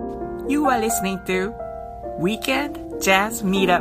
You are listening to Weekend Jazz Meetup.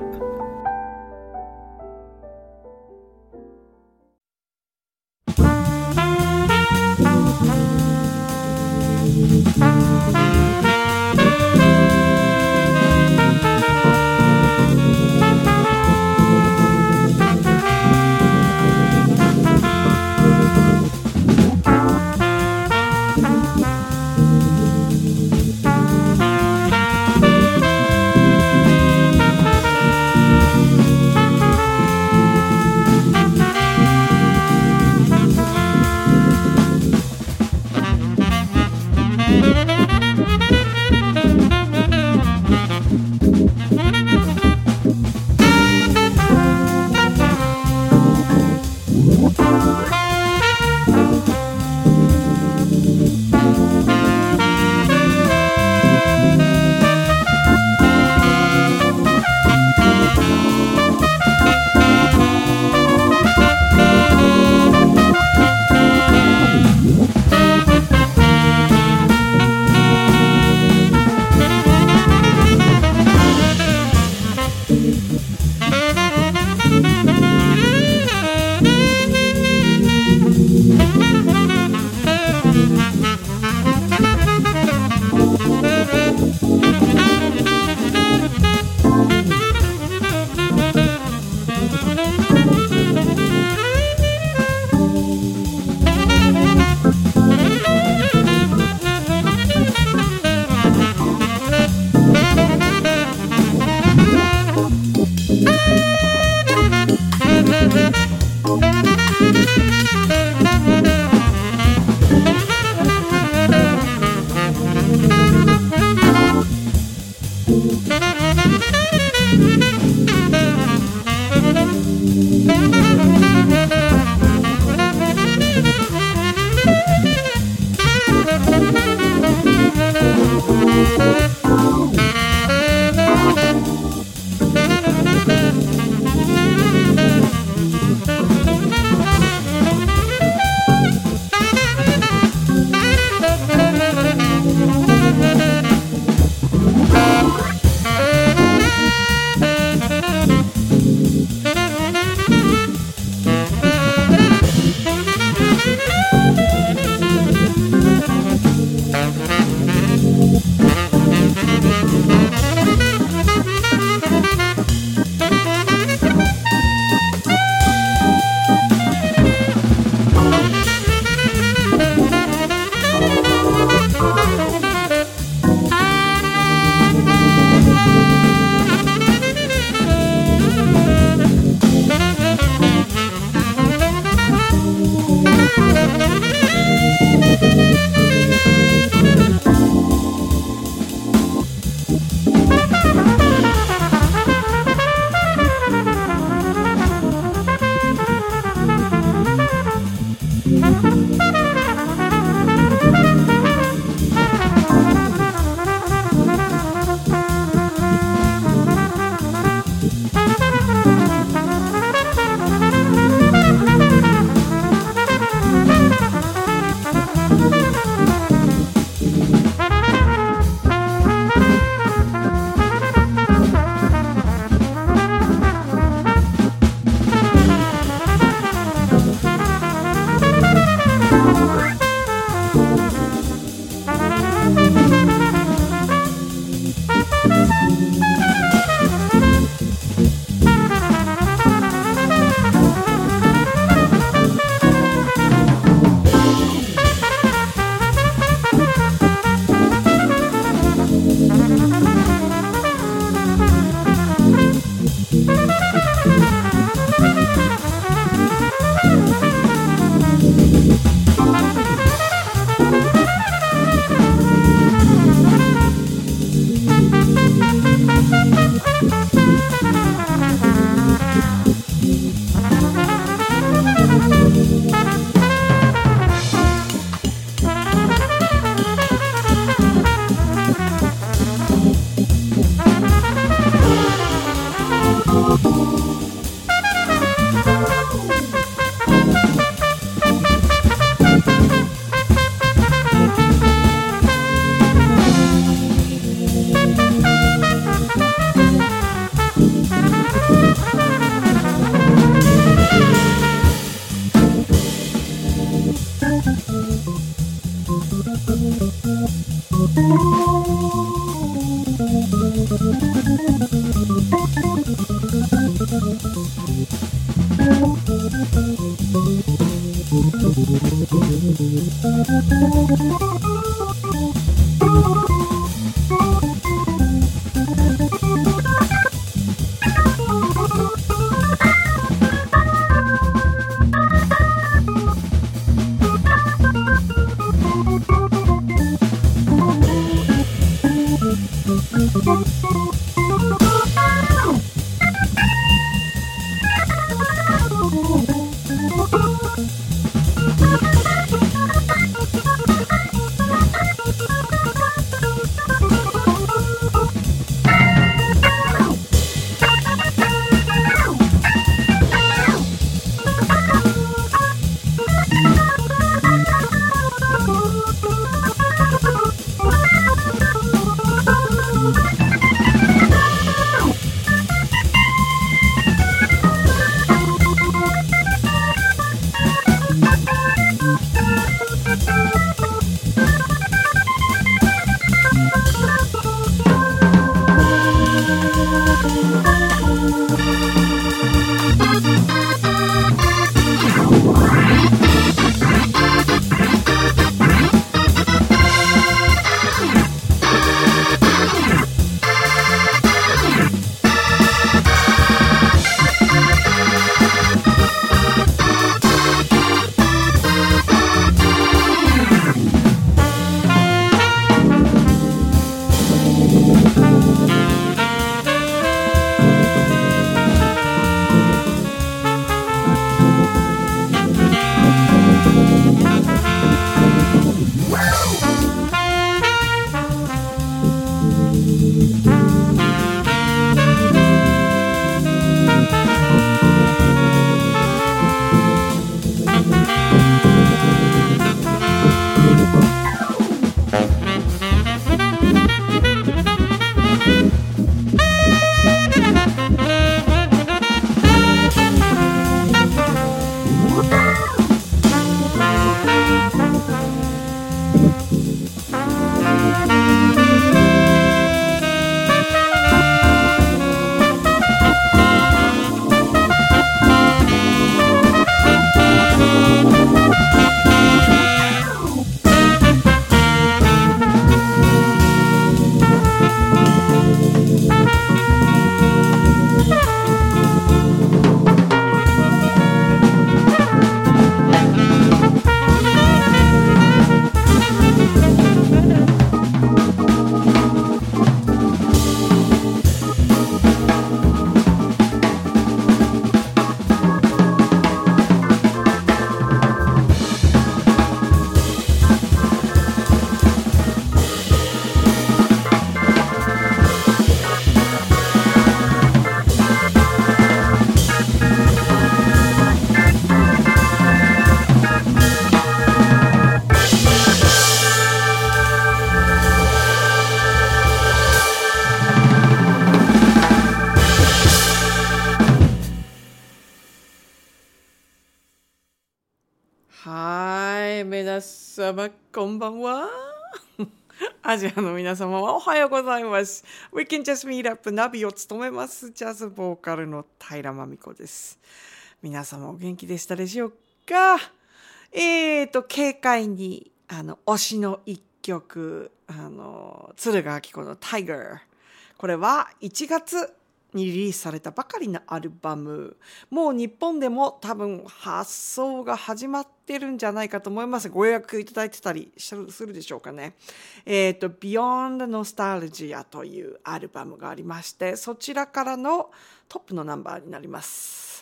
皆様こんばんは。アジアの皆様はおはようございます。We can just meet up ナビを務めますジャズボーカルの平真美子です。皆様お元気でしたでしょうか。軽快に推しの一曲敦賀晃子の Tiger、 これは1月にリリースされたばかりのアルバム、もう日本でも多分発送が始まってるんじゃないかと思います。ご予約いただいてたりするでしょうかね。Beyond Nostalgia というアルバムがありまして、そちらからのトップのナンバーになります。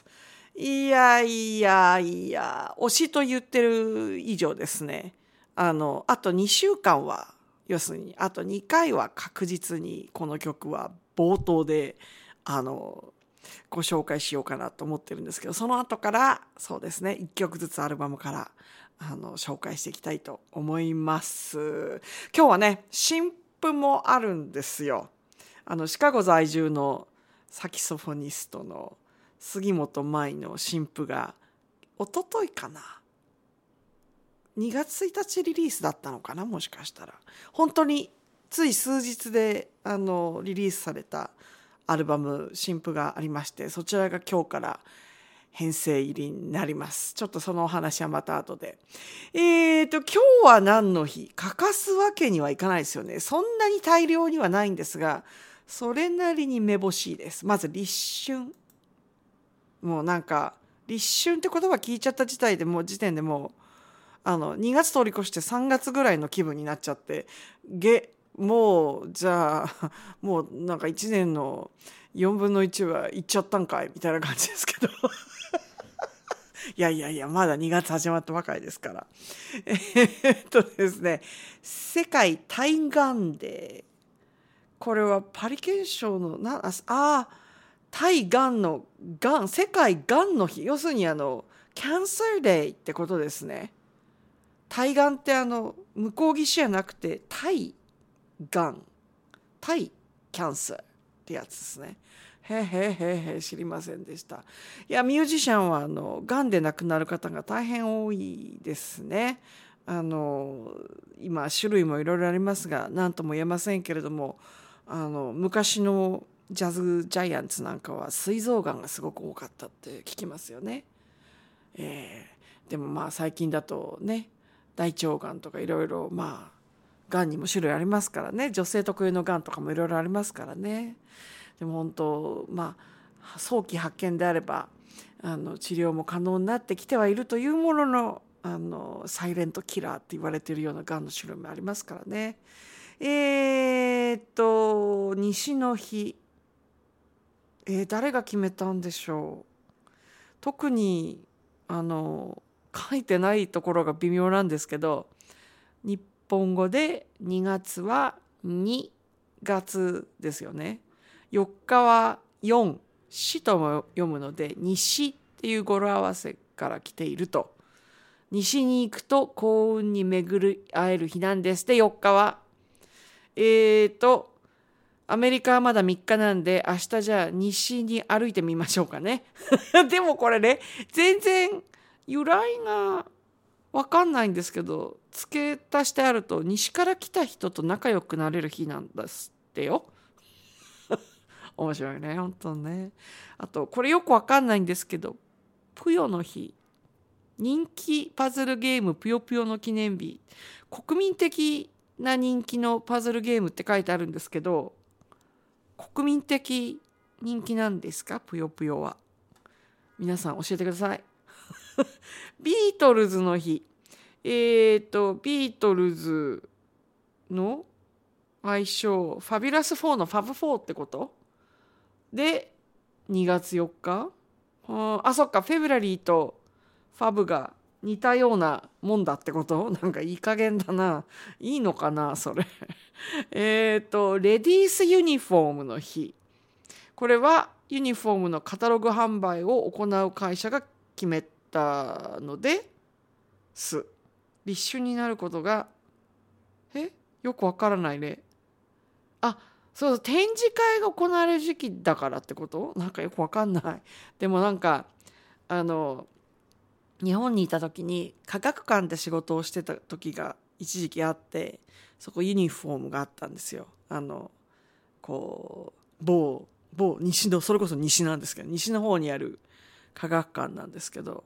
いや推しと言ってる以上ですね、あと2週間は、要するにあと2回は確実にこの曲は冒頭でご紹介しようかなと思ってるんですけど、その後からそうですね、1曲ずつアルバムから紹介していきたいと思います。今日はね、新譜もあるんですよ。シカゴ在住のサキソフォニストの杉本舞の新譜が一昨日かな、2月1日リリースだったのかな、もしかしたら。本当につい数日でリリースされたアルバム新譜がありまして、そちらが今日から編成入りになります。ちょっとそのお話はまた後で。今日は何の日？欠かすわけにはいかないですよね。そんなに大量にはないんですが、それなりにめぼしいです。まず立春。もうなんか立春って言葉聞いちゃった時点でもう2月通り越して3月ぐらいの気分になっちゃって、もうじゃあもうなんか1年の4分の1はいっちゃったんかいみたいな感じですけどいやいやいや、まだ2月始まったばかりですから。ですね、世界対がんデー。これはパリ憲章の対がんの世界がんの日。要するにキャンサーデーってことですね。対がんって向こう岸じゃなくて対がん、対キャンサーってやつですね。知りませんでした。いや、ミュージシャンはがんで亡くなる方が大変多いですね。今種類もいろいろありますが何とも言えませんけれども、昔のジャズジャイアンツなんかは膵臓がんがすごく多かったって聞きますよね。でもまあ最近だとね、大腸がんとかいろいろがんにも種類ありますからね。女性特有のがんとかもいろいろありますからね。でも本当早期発見であれば治療も可能になってきてはいるというもののサイレントキラーって言われているようながんの種類もありますからね。西の日、誰が決めたんでしょう。特に書いてないところが微妙なんですけど、日本語で2月は2月ですよね。4日は4、死とも読むので西っていう語呂合わせから来ていると。西に行くと幸運に巡り会える日なんですって。4日はアメリカはまだ3日なんで、明日じゃあ西に歩いてみましょうかねでもこれね、全然由来が分かんないんですけど、付け足してあると西から来た人と仲良くなれる日なんですってよ面白いね、本当ね。あとこれよく分かんないんですけど、ぷよの日、人気パズルゲームぷよぷよの記念日、国民的な人気のパズルゲームって書いてあるんですけど、国民的人気なんですか、ぷよぷよは。皆さん教えてくださいビートルズの日、ビートルズの愛称ファビュラス4のファブ4ってことで2月4日、そっか、フェブラリーとファブが似たようなもんだってこと？なんかいい加減だな。いいのかなそれレディースユニフォームの日。これはユニフォームのカタログ販売を行う会社が決めたのです立春になることがよくわからないね。そう、展示会が行われる時期だからってこと？なんかよくわかんない。でもなんか日本にいた時に科学館で仕事をしてた時が一時期あって、そこユニフォームがあったんですよ。こう某西の、それこそ西なんですけど、西の方にある科学館なんですけど、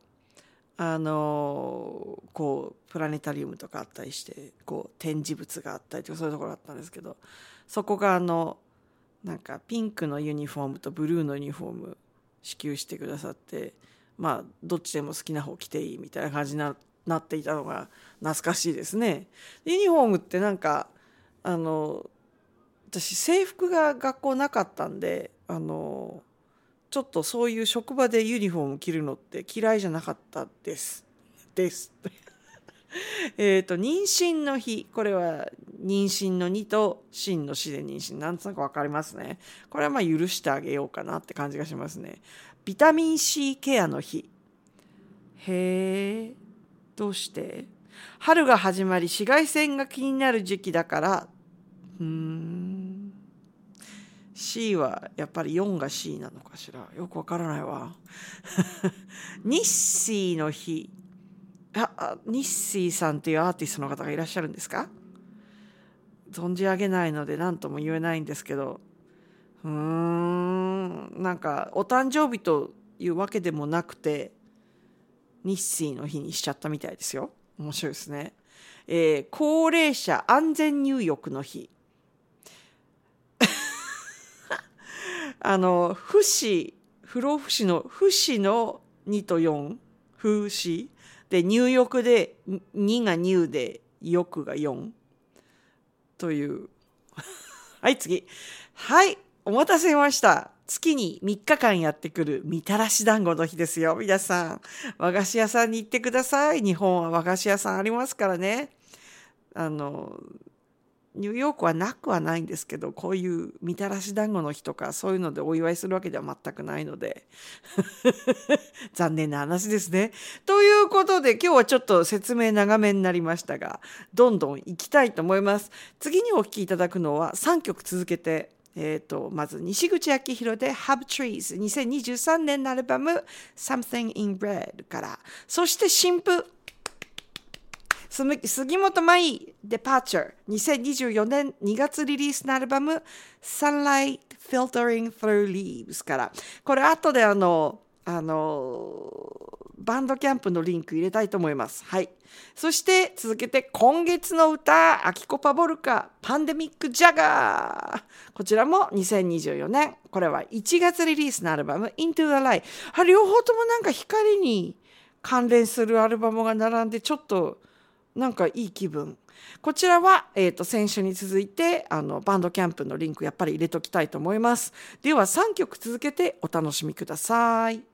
こうプラネタリウムとかあったりして、こう展示物があったりとか、そういうところがあったんですけど、そこがなんかピンクのユニフォームとブルーのユニフォーム支給してくださって、どっちでも好きな方着ていいみたいな感じになっていたのが懐かしいですね。ユニフォームってなんか私制服が学校なかったんで、ちょっとそういう職場でユニフォーム着るのって嫌いじゃなかったです妊娠の日、これは妊娠の2と真の死で妊娠、なんとなく分かりますね。これは許してあげようかなって感じがしますね。ビタミン C ケアの日。どうして？春が始まり紫外線が気になる時期だから。C はやっぱり4が C なのかしら。よくわからないわニッシーの日。ニッシーさんというアーティストの方がいらっしゃるんですか？ 存じ上げないので何とも言えないんですけど、なんかお誕生日というわけでもなくて日清の日にしちゃったみたいですよ。面白いですね。高齢者安全入浴の日。不老不死の不死の2と4、不死で入浴で2が入で浴が4というはい次、はいお待たせしました。月に3日間やってくるみたらし団子の日ですよ。皆さん和菓子屋さんに行ってください。日本は和菓子屋さんありますからね。ニューヨークはなくはないんですけど、こういうみたらし団子の日とかそういうのでお祝いするわけでは全くないので残念な話ですね。ということで今日はちょっと説明長めになりましたが、どんどん行きたいと思います。次にお聴きいただくのは3曲続けて、まず西口昭弘で Hub Trees 2023年のアルバム Something in Red から、そして新譜杉本舞 Departure 2024年2月リリースのアルバム Sunlight Filtering Through Leaves から、これ後でバンドキャンプのリンク入れたいと思います。はい。そして続けて今月の歌、アキコパボルカパンデミックジャガー、こちらも2024年、これは1月リリースのアルバム Into the Light。 両方ともなんか光に関連するアルバムが並んでちょっとなんかいい気分。こちらは、先週に続いてバンドキャンプのリンクやっぱり入れときたいと思います。では3曲続けてお楽しみください。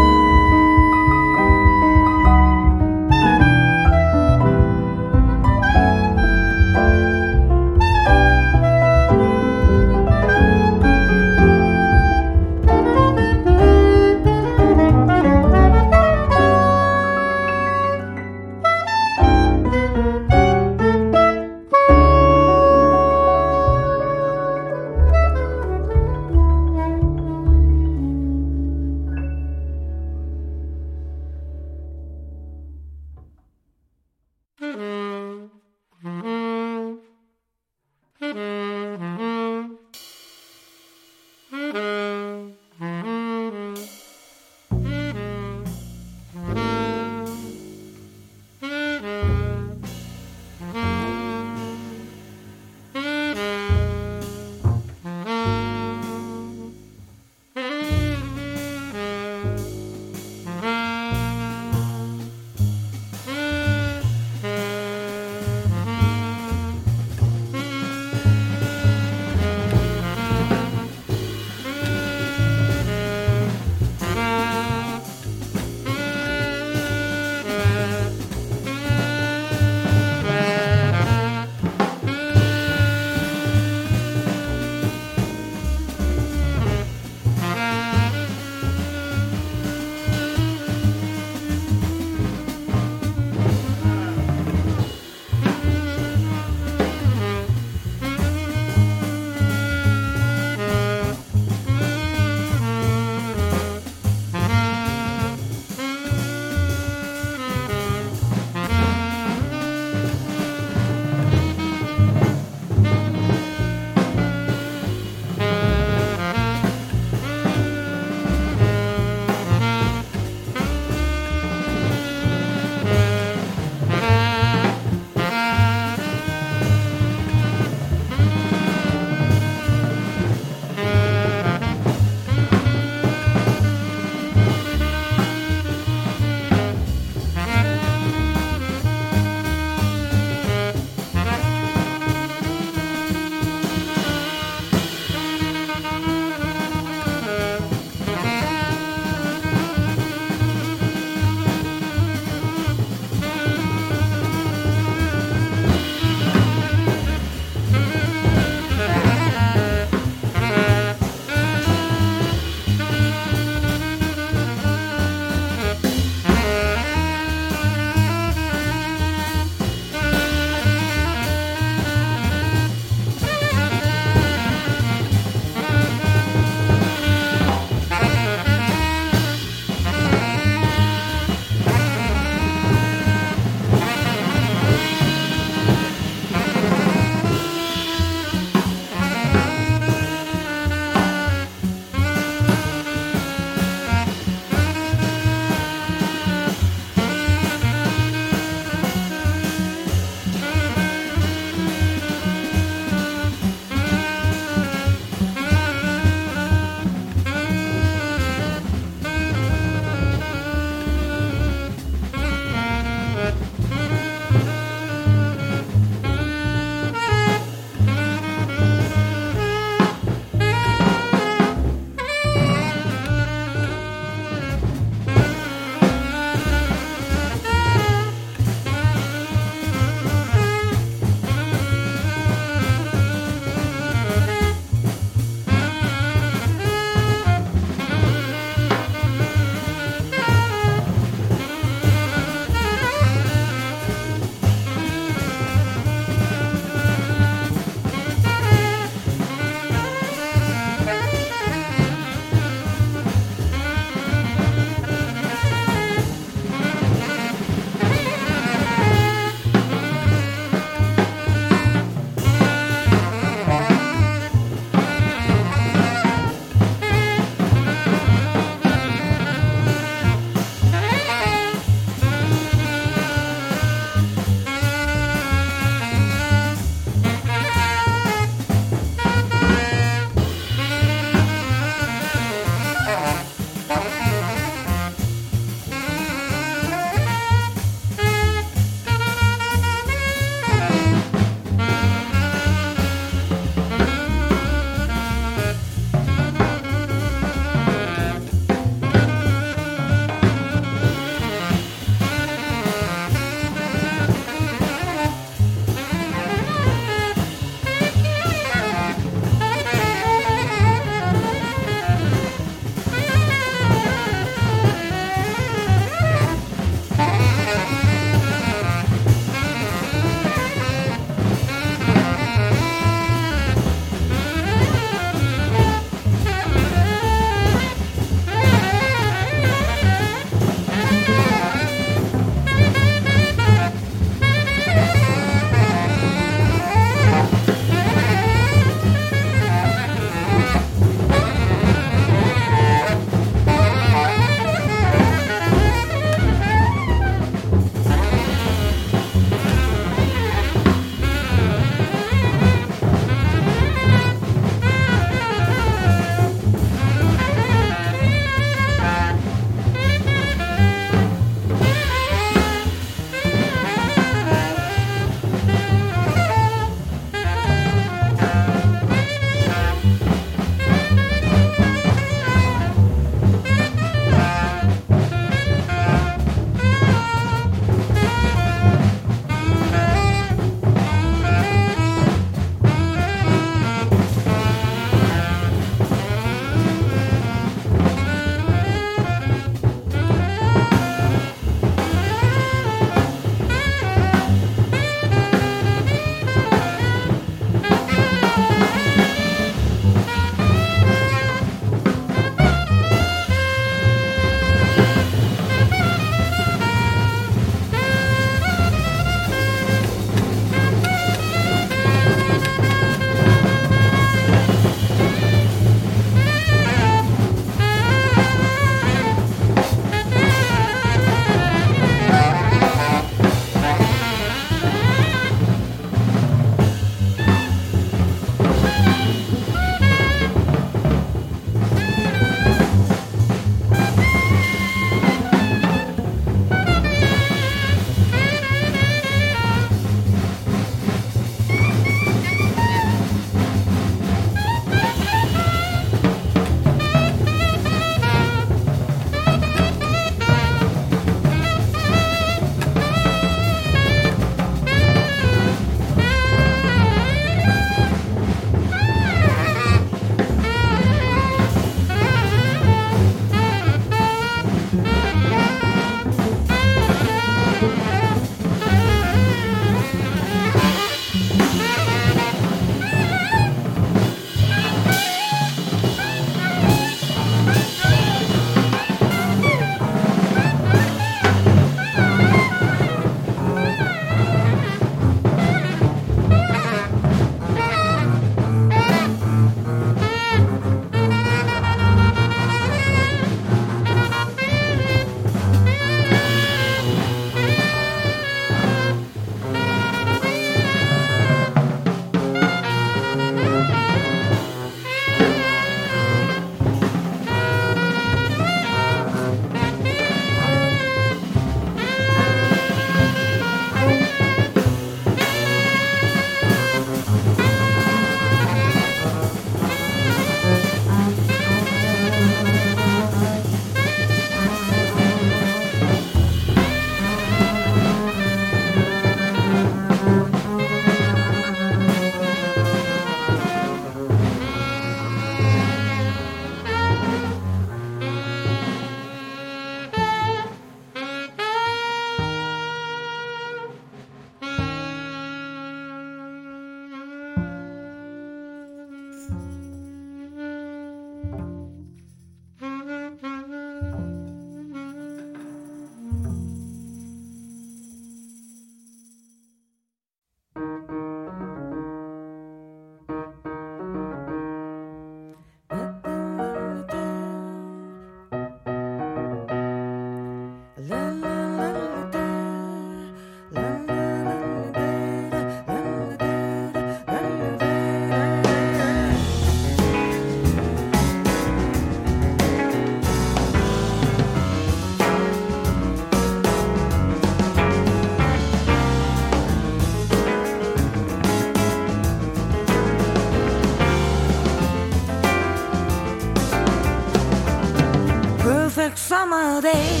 Perfect summer day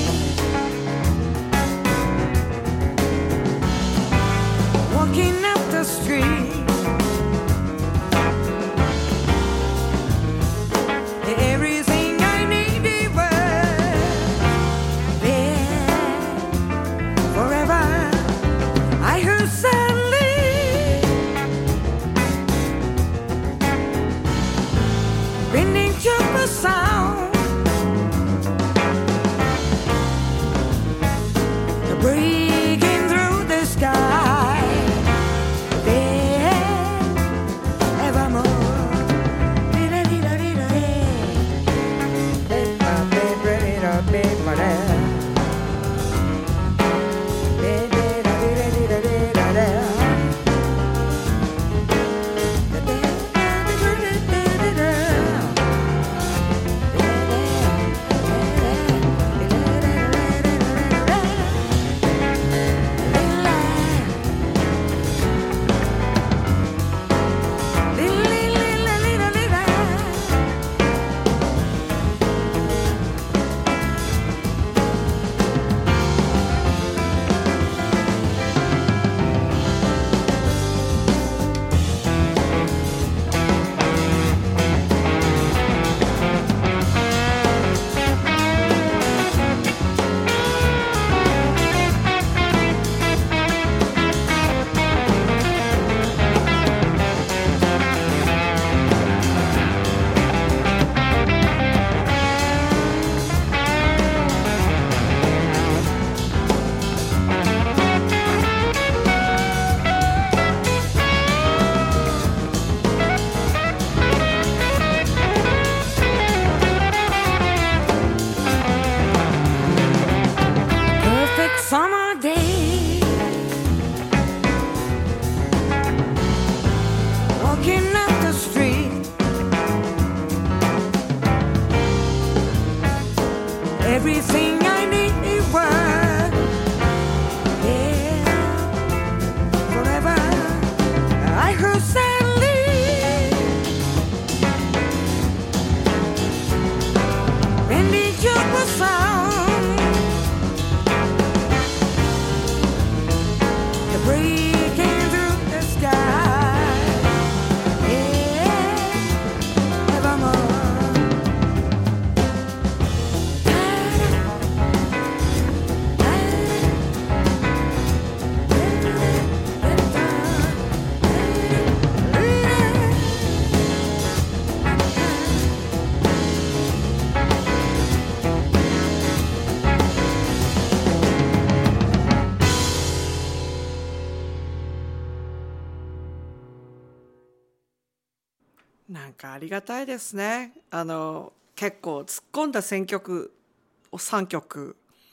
Walking up the street Everything I needed was there forever I heard suddenly Bending to the sound Breaking through the sky There evermore Summer day Walking up the street Everything I needed was there forever I heard sadly Bending to the sound Breaking through the sky Yeah, evermoreなんかありがたいですね。結構突っ込んだ選曲を3曲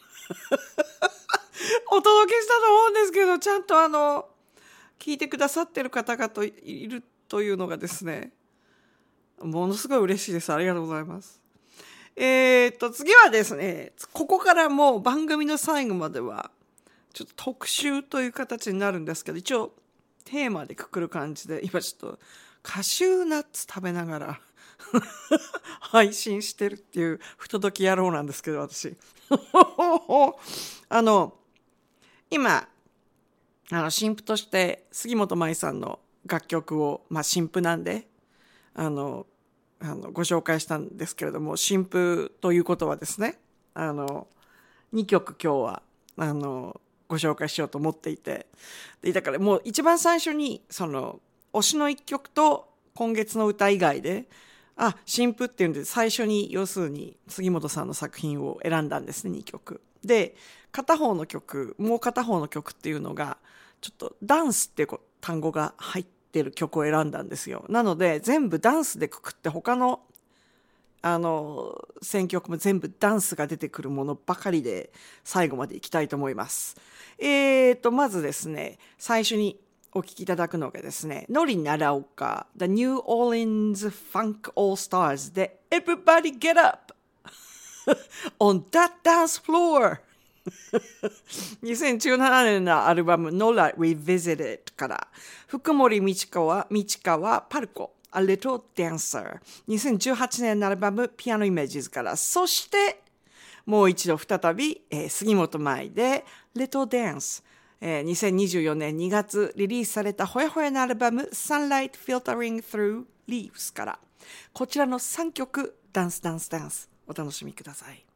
お届けしたと思うんですけど、ちゃんと聞いてくださってる方々いるというのがですね、ものすごい嬉しいです。ありがとうございます。次はですね、ここからもう番組の最後まではちょっと特集という形になるんですけど、一応テーマでくくる感じで今ちょっとカシューナッツ食べながら配信してるっていう不届き野郎なんですけど、私今新婦として杉本舞さんの楽曲を、新婦なんでご紹介したんですけれども、新婦ということはですね、2曲今日はご紹介しようと思っていて、でだからもう一番最初に推しの1曲と今月の歌以外で新婦っていうんで、最初に要するに杉本さんの作品を選んだんですね、2曲で。片方の曲、もう片方の曲っていうのがちょっとダンスっていう単語が入ってる曲を選んだんですよ。なので全部ダンスでくくって、他の選曲も全部ダンスが出てくるものばかりで最後までいきたいと思います。まずですね、最初にお聴きいただくのがですね、ノリ奈良岡 The New Orleans Funk All Stars で Everybody Get Up on That Dance Floor 2017年のアルバム Nola Revisited から福森道川パルコ A Little Dancer 2018年のアルバム Piano Images から、そしてもう一度再び、杉本舞で Little Dance、2024年2月リリースされたほやほやのアルバム Sunlight Filtering Through Leaves からこちらの3曲ダンスダンスダンスお楽しみください。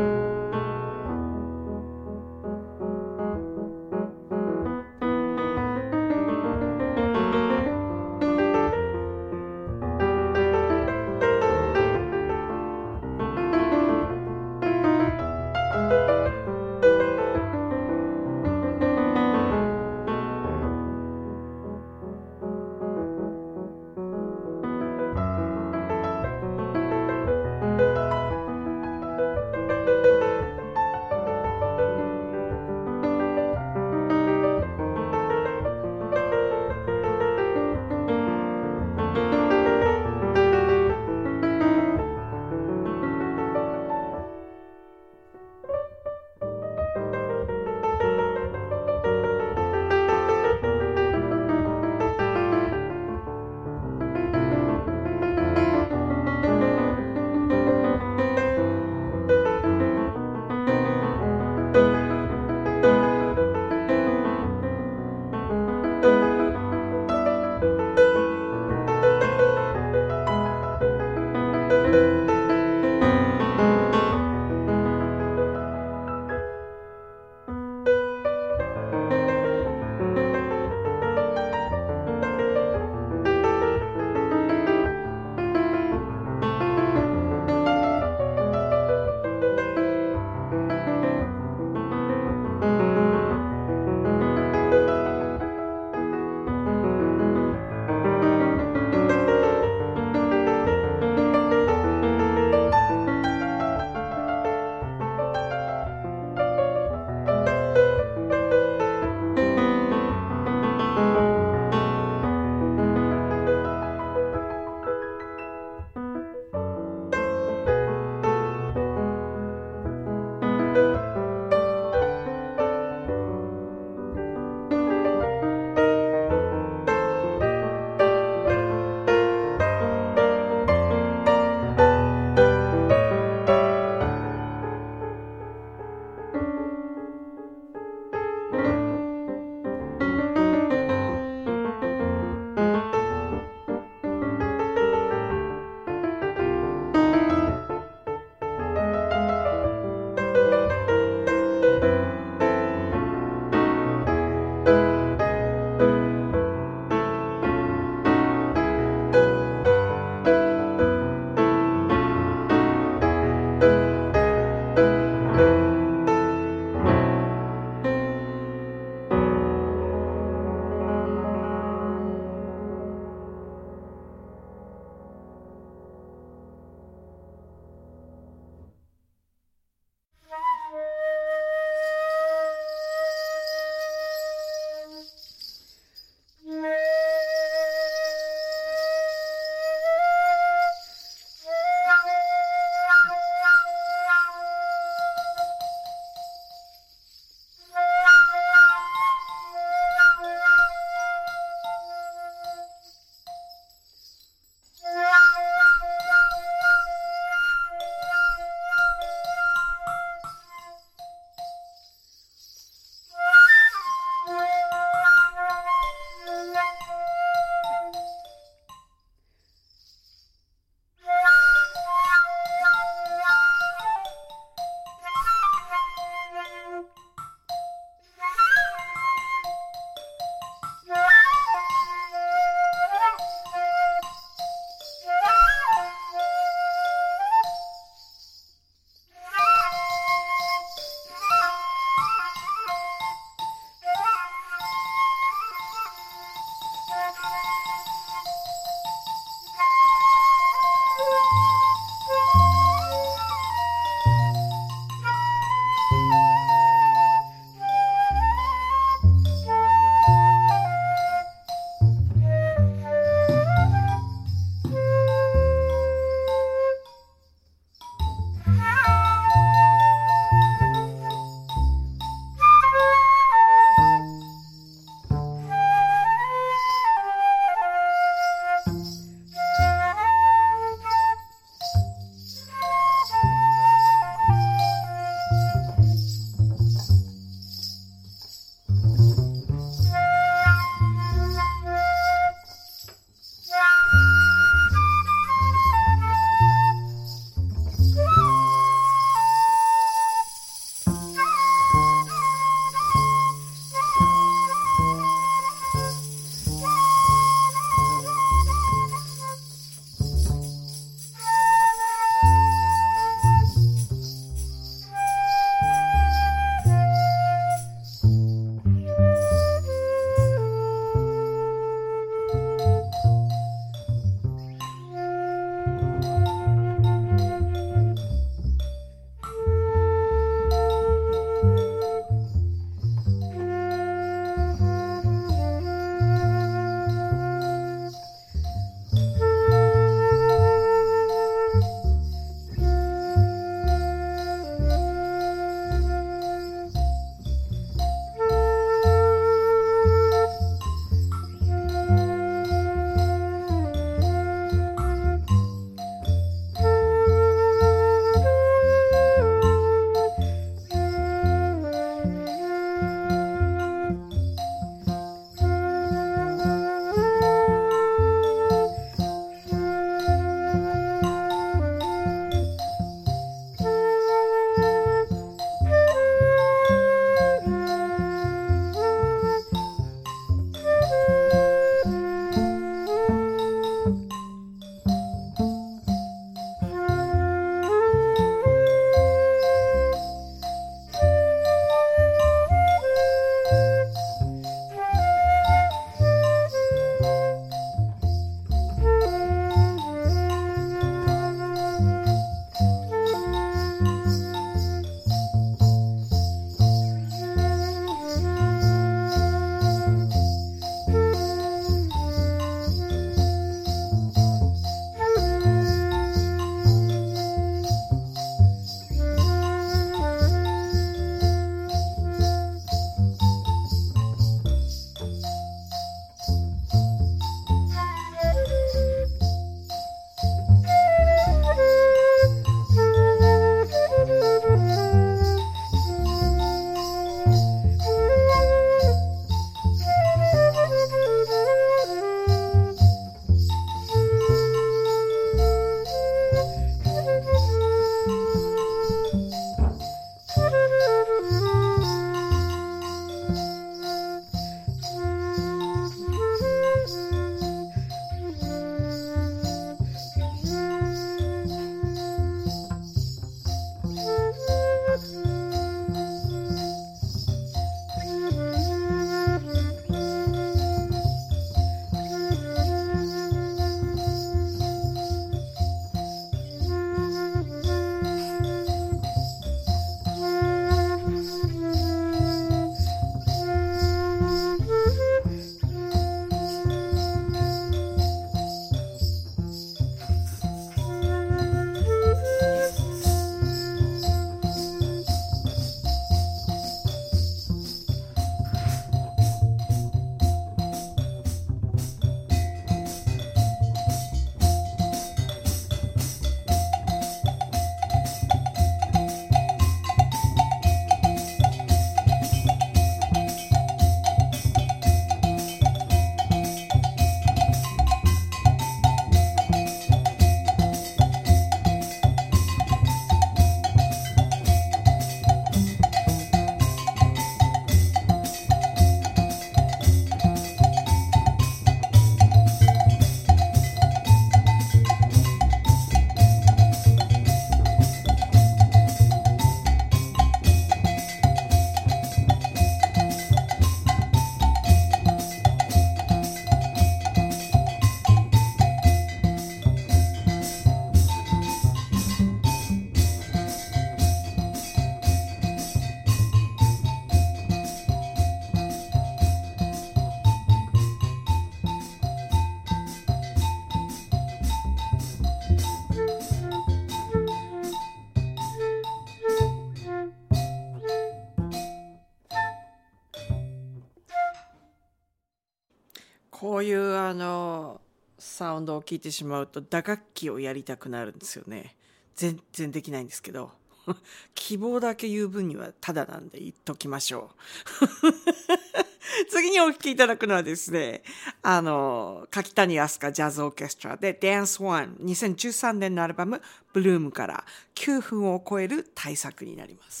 こういうサウンドを聞いてしまうと打楽器をやりたくなるんですよね。全然できないんですけど希望だけ言う分にはただなんで言っときましょう次にお聴きいただくのはですね、柿谷飛鳥ジャズオーケストラで Dance One 2013年のアルバム Bloom から9分を超える大作になります。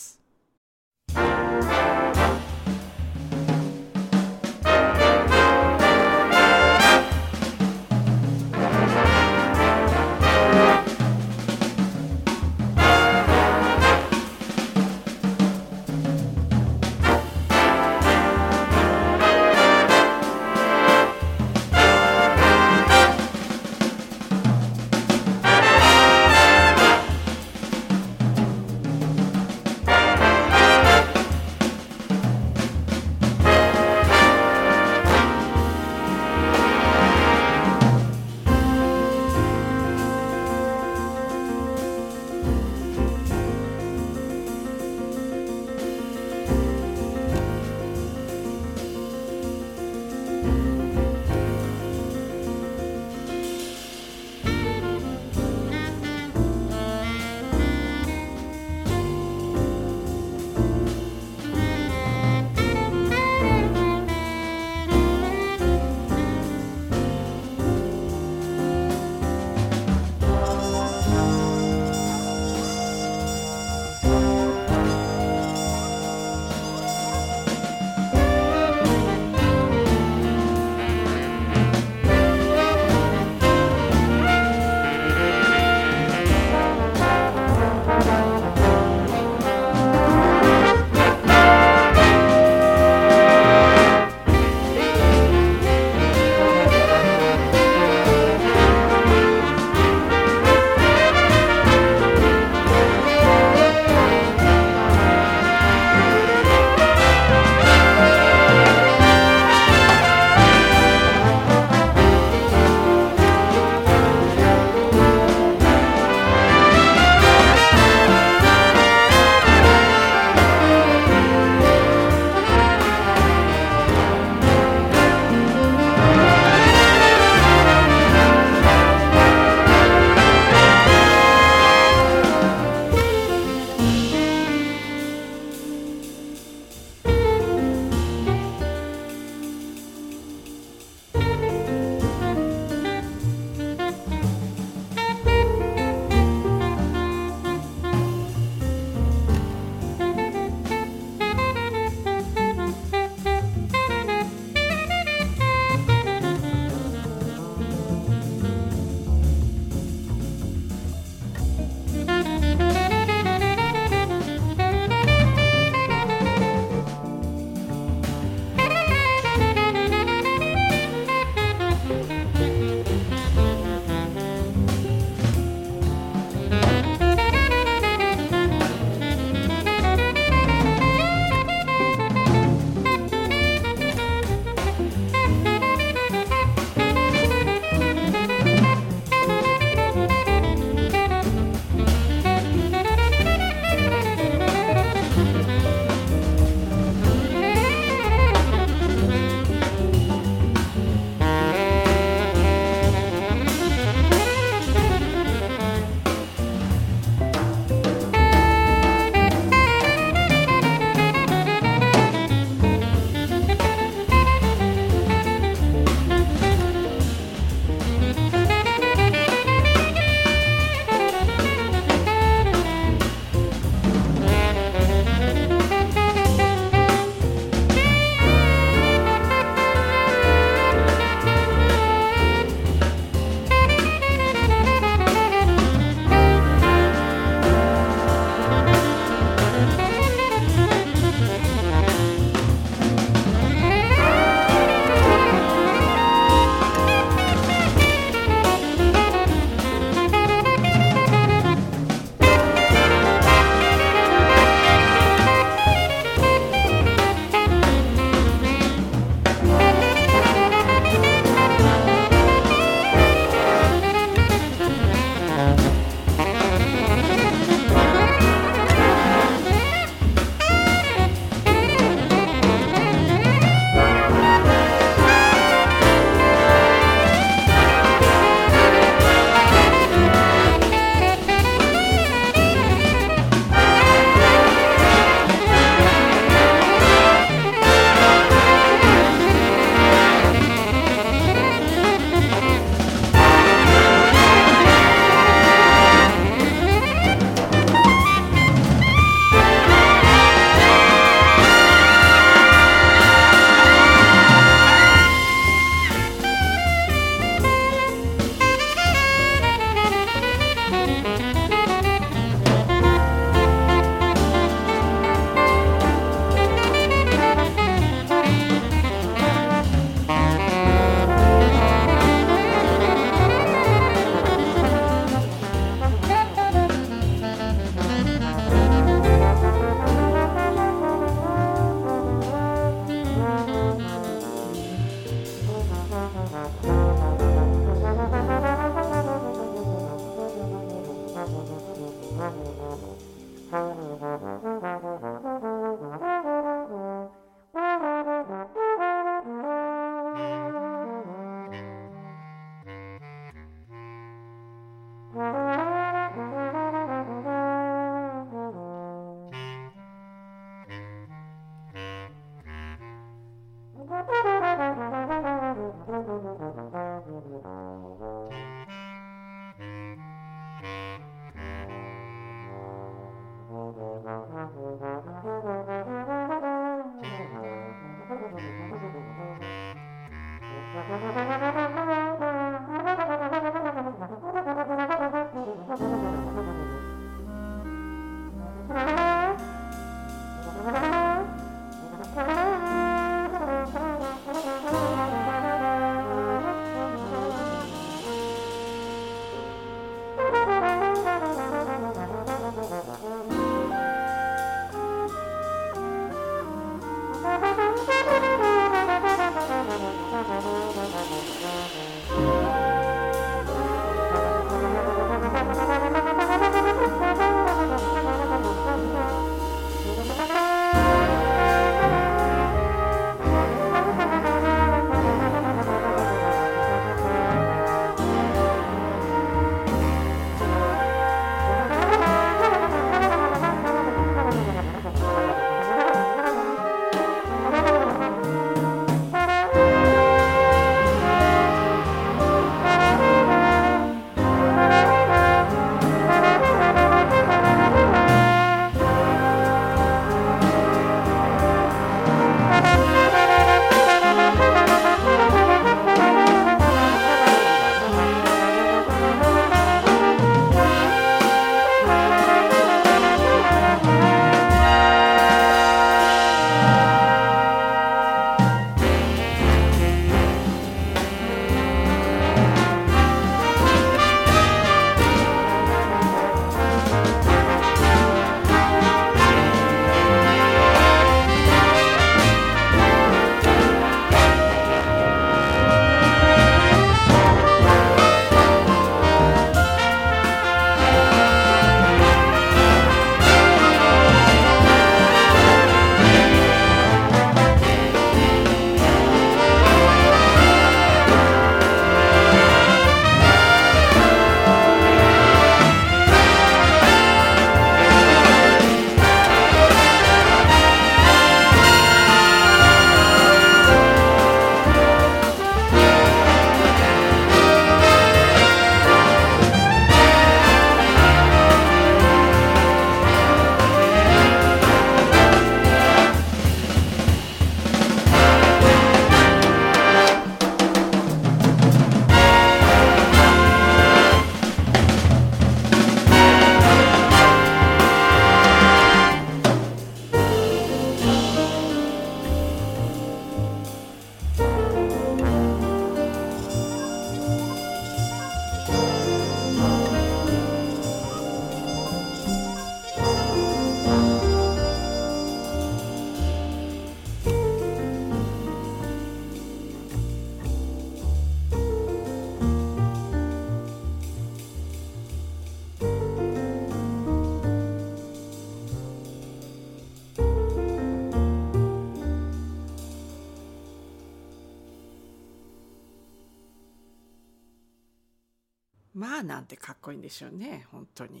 まあなんてかっこいいんでしょうね本当に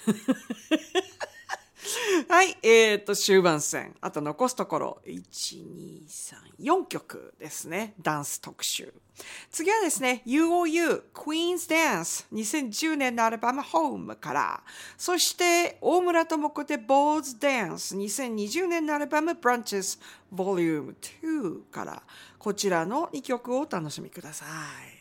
はい、終盤戦あと残すところ1,2,3,4曲ですね。ダンス特集。次はですね UOU Queen's Dance 2010年のアルバム Home から、そして大村智子で Balls Dance 2020年のアルバム Branches Volume 2から、こちらの2曲をお楽しみください。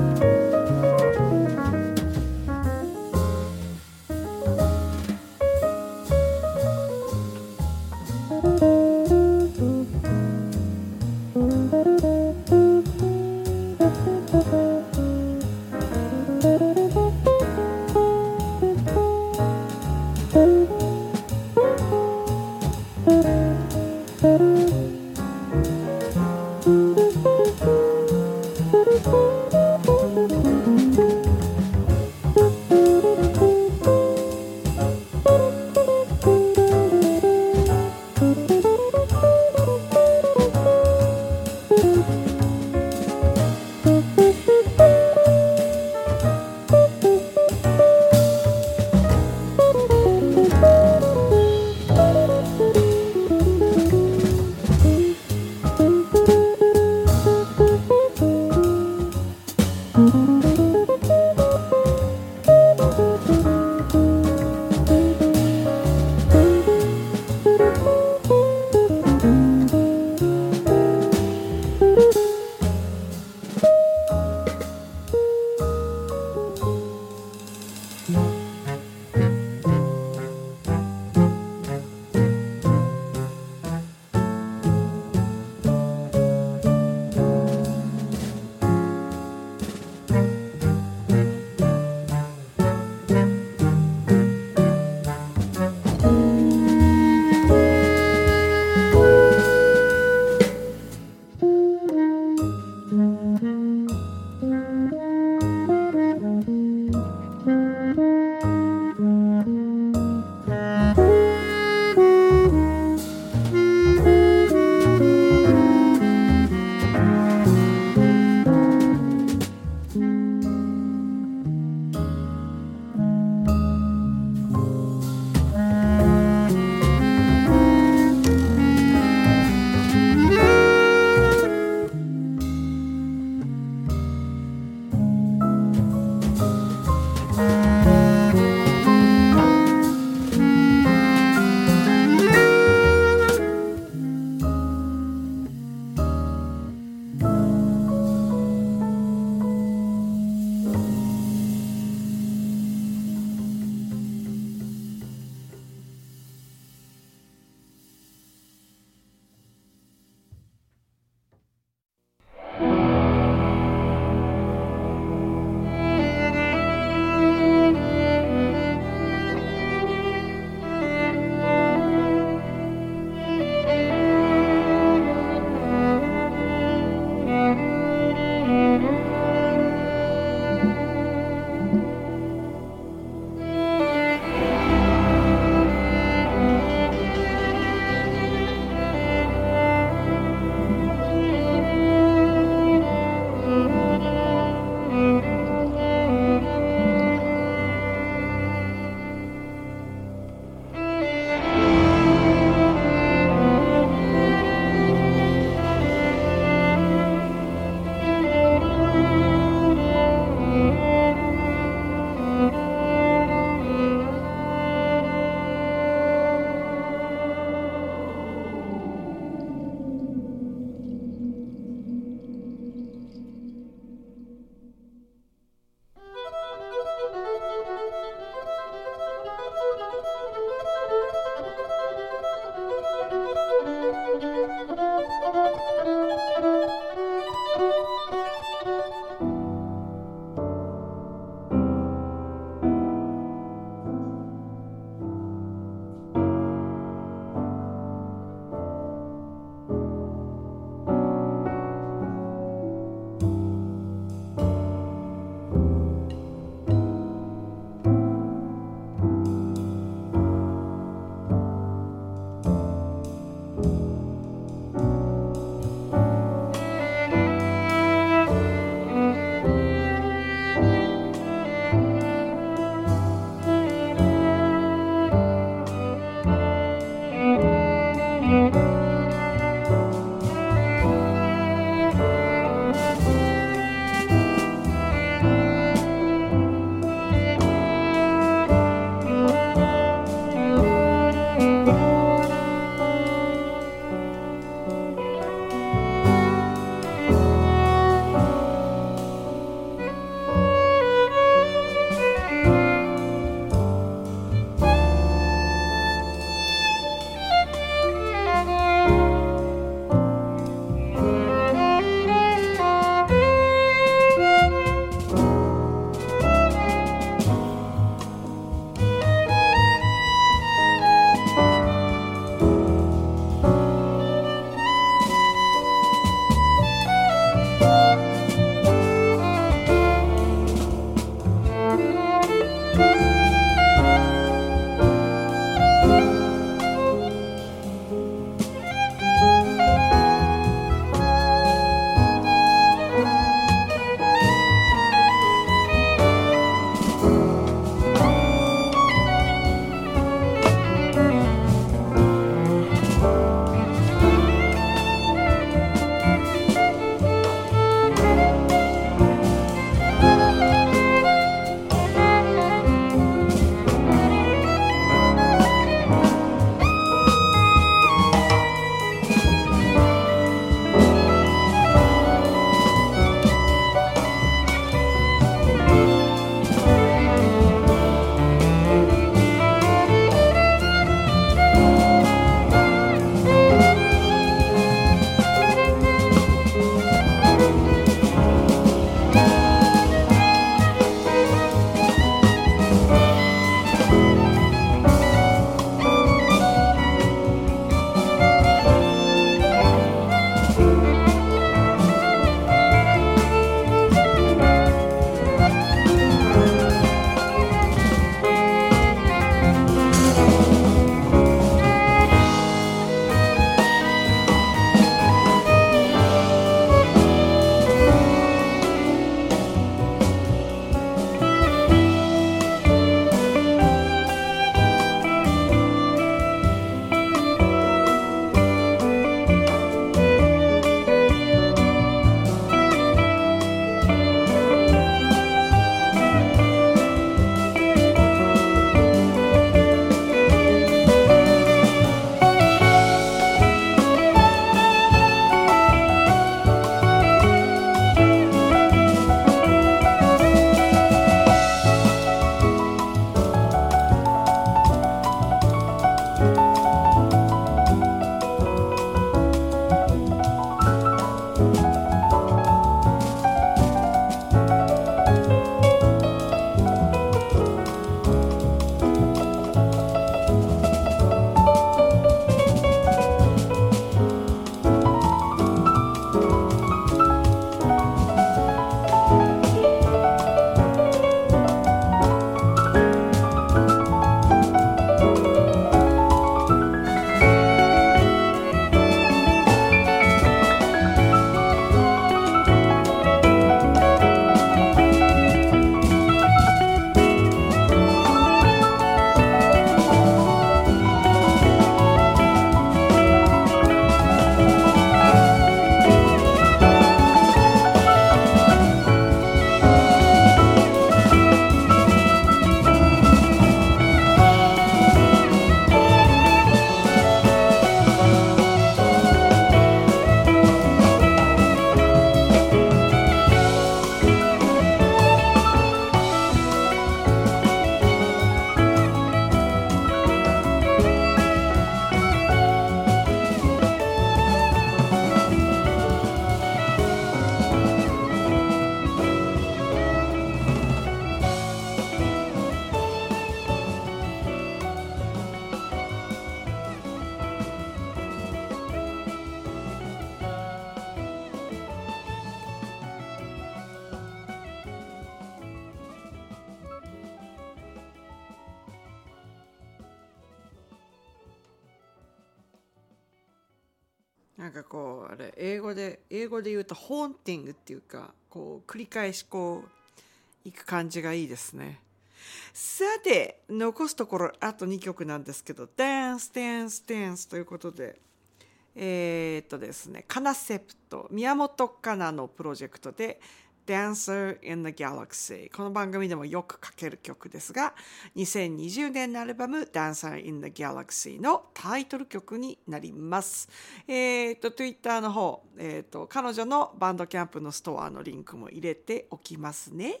なんかこうあれ英語で言うとホーンティングっていうか、こう繰り返しこういく感じがいいですね。さて残すところあと2曲なんですけど、ダンスということで、ですね、カナセプト、宮本カナのプロジェクトで Dancer in the Galaxy、 この番組でもよくかける曲ですが、2020年のアルバム Dancer in the Galaxy のタイトル曲になります。Twitter の方、彼女のバンドキャンプのストアのリンクも入れておきますね。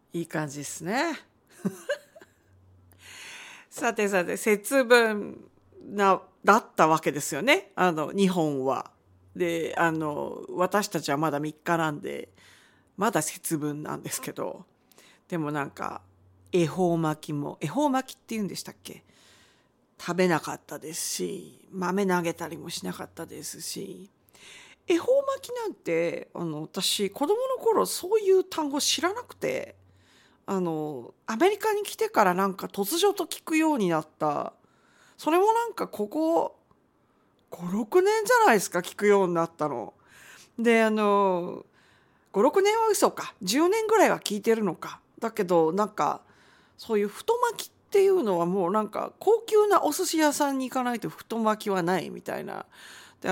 いい感じですね。さてさて、節分だったわけですよね。日本は。で、私たちはまだ3日なんで、まだ節分なんですけど、でもなんか、恵方巻きって言うんでしたっけ？食べなかったですし、豆投げたりもしなかったですし、恵方巻きなんて、私、子供の頃そういう単語知らなくて、アメリカに来てからなんか突如と聞くようになった。それもなんかここ5、6年じゃないですか、聞くようになったの。で、5、6年は嘘か。10年ぐらいは聞いてるのか。だけど、なんか、そういう太巻きっていうのはもうなんか高級なお寿司屋さんに行かないと太巻きはないみたいな。で、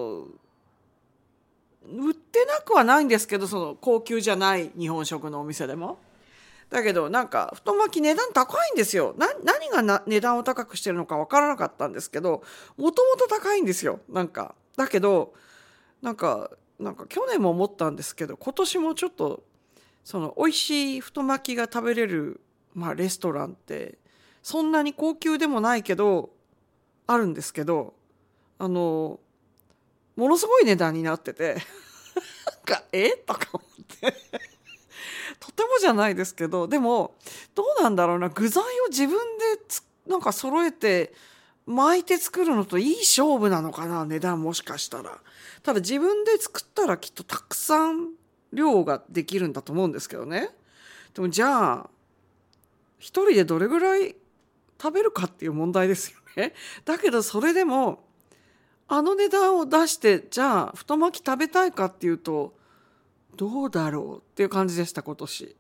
売ってなくはないんですけど、その高級じゃない日本食のお店でも。だけどなんか太巻き値段高いんですよ。何が値段を高くしてるのか分からなかったんですけど、もともと高いんですよ。なんかだけどなんか去年も思ったんですけど、今年もちょっとその美味しい太巻きが食べれる、レストランってそんなに高級でもないけどあるんですけど、ものすごい値段になっててなんかとか思ってとてもじゃないですけど、でもどうなんだろうな、具材を自分でなんか揃えて巻いて作るのといい勝負なのかな、値段もしかしたら。ただ自分で作ったらきっとたくさん量ができるんだと思うんですけどね。でもじゃあ一人でどれぐらい食べるかっていう問題ですよね。だけどそれでもあの値段を出してじゃあ太巻き食べたいかっていうとどうだろうっていう感じでした今年。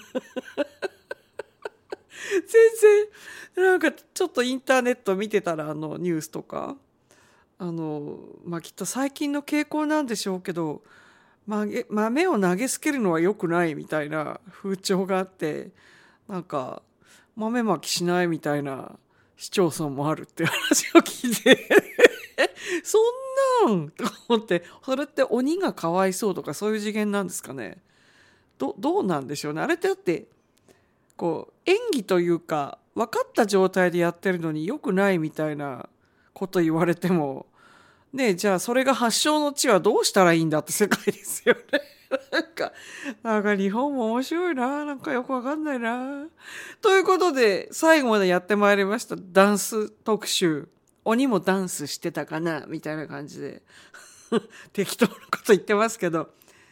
全然なんかちょっとインターネット見てたらニュースとかきっと最近の傾向なんでしょうけど、豆を投げつけるのは良くないみたいな風潮があって、なんか豆まきしないみたいな市町村もあるっていう話を聞いてそんなんと思って、それって鬼がかわいそうとかそういう次元なんですかね。どうなんでしょうね。あれってだってこう演技というか分かった状態でやってるのに良くないみたいなこと言われてもね、じゃあそれが発祥の地はどうしたらいいんだって世界ですよね。なんか日本も面白いな。なんかよくわかんないな。ということで、最後までやってまいりました。ダンス特集。鬼もダンスしてたかなみたいな感じで。適当なこと言ってますけど。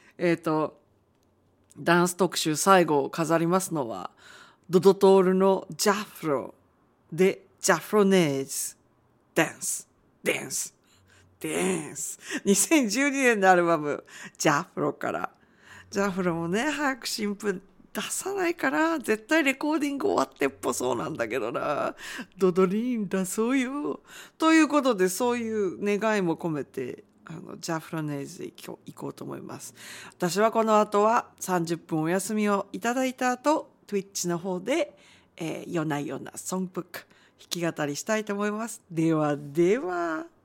ダンス特集最後を飾りますのは、ドドトールのジャフロで、ジャフロネーズ。ダンス。ダンス。2012年のアルバムジャフロから。ジャフロもね早く新譜出さないから絶対レコーディング終わってっぽそうなんだけどな。ドドリーン出そうよということで、そういう願いも込めてジャフロネーズで行こうと思います。私はこの後は30分お休みをいただいた後 Twitch の方で、夜な夜なソングブック弾き語りしたいと思います。ではでは。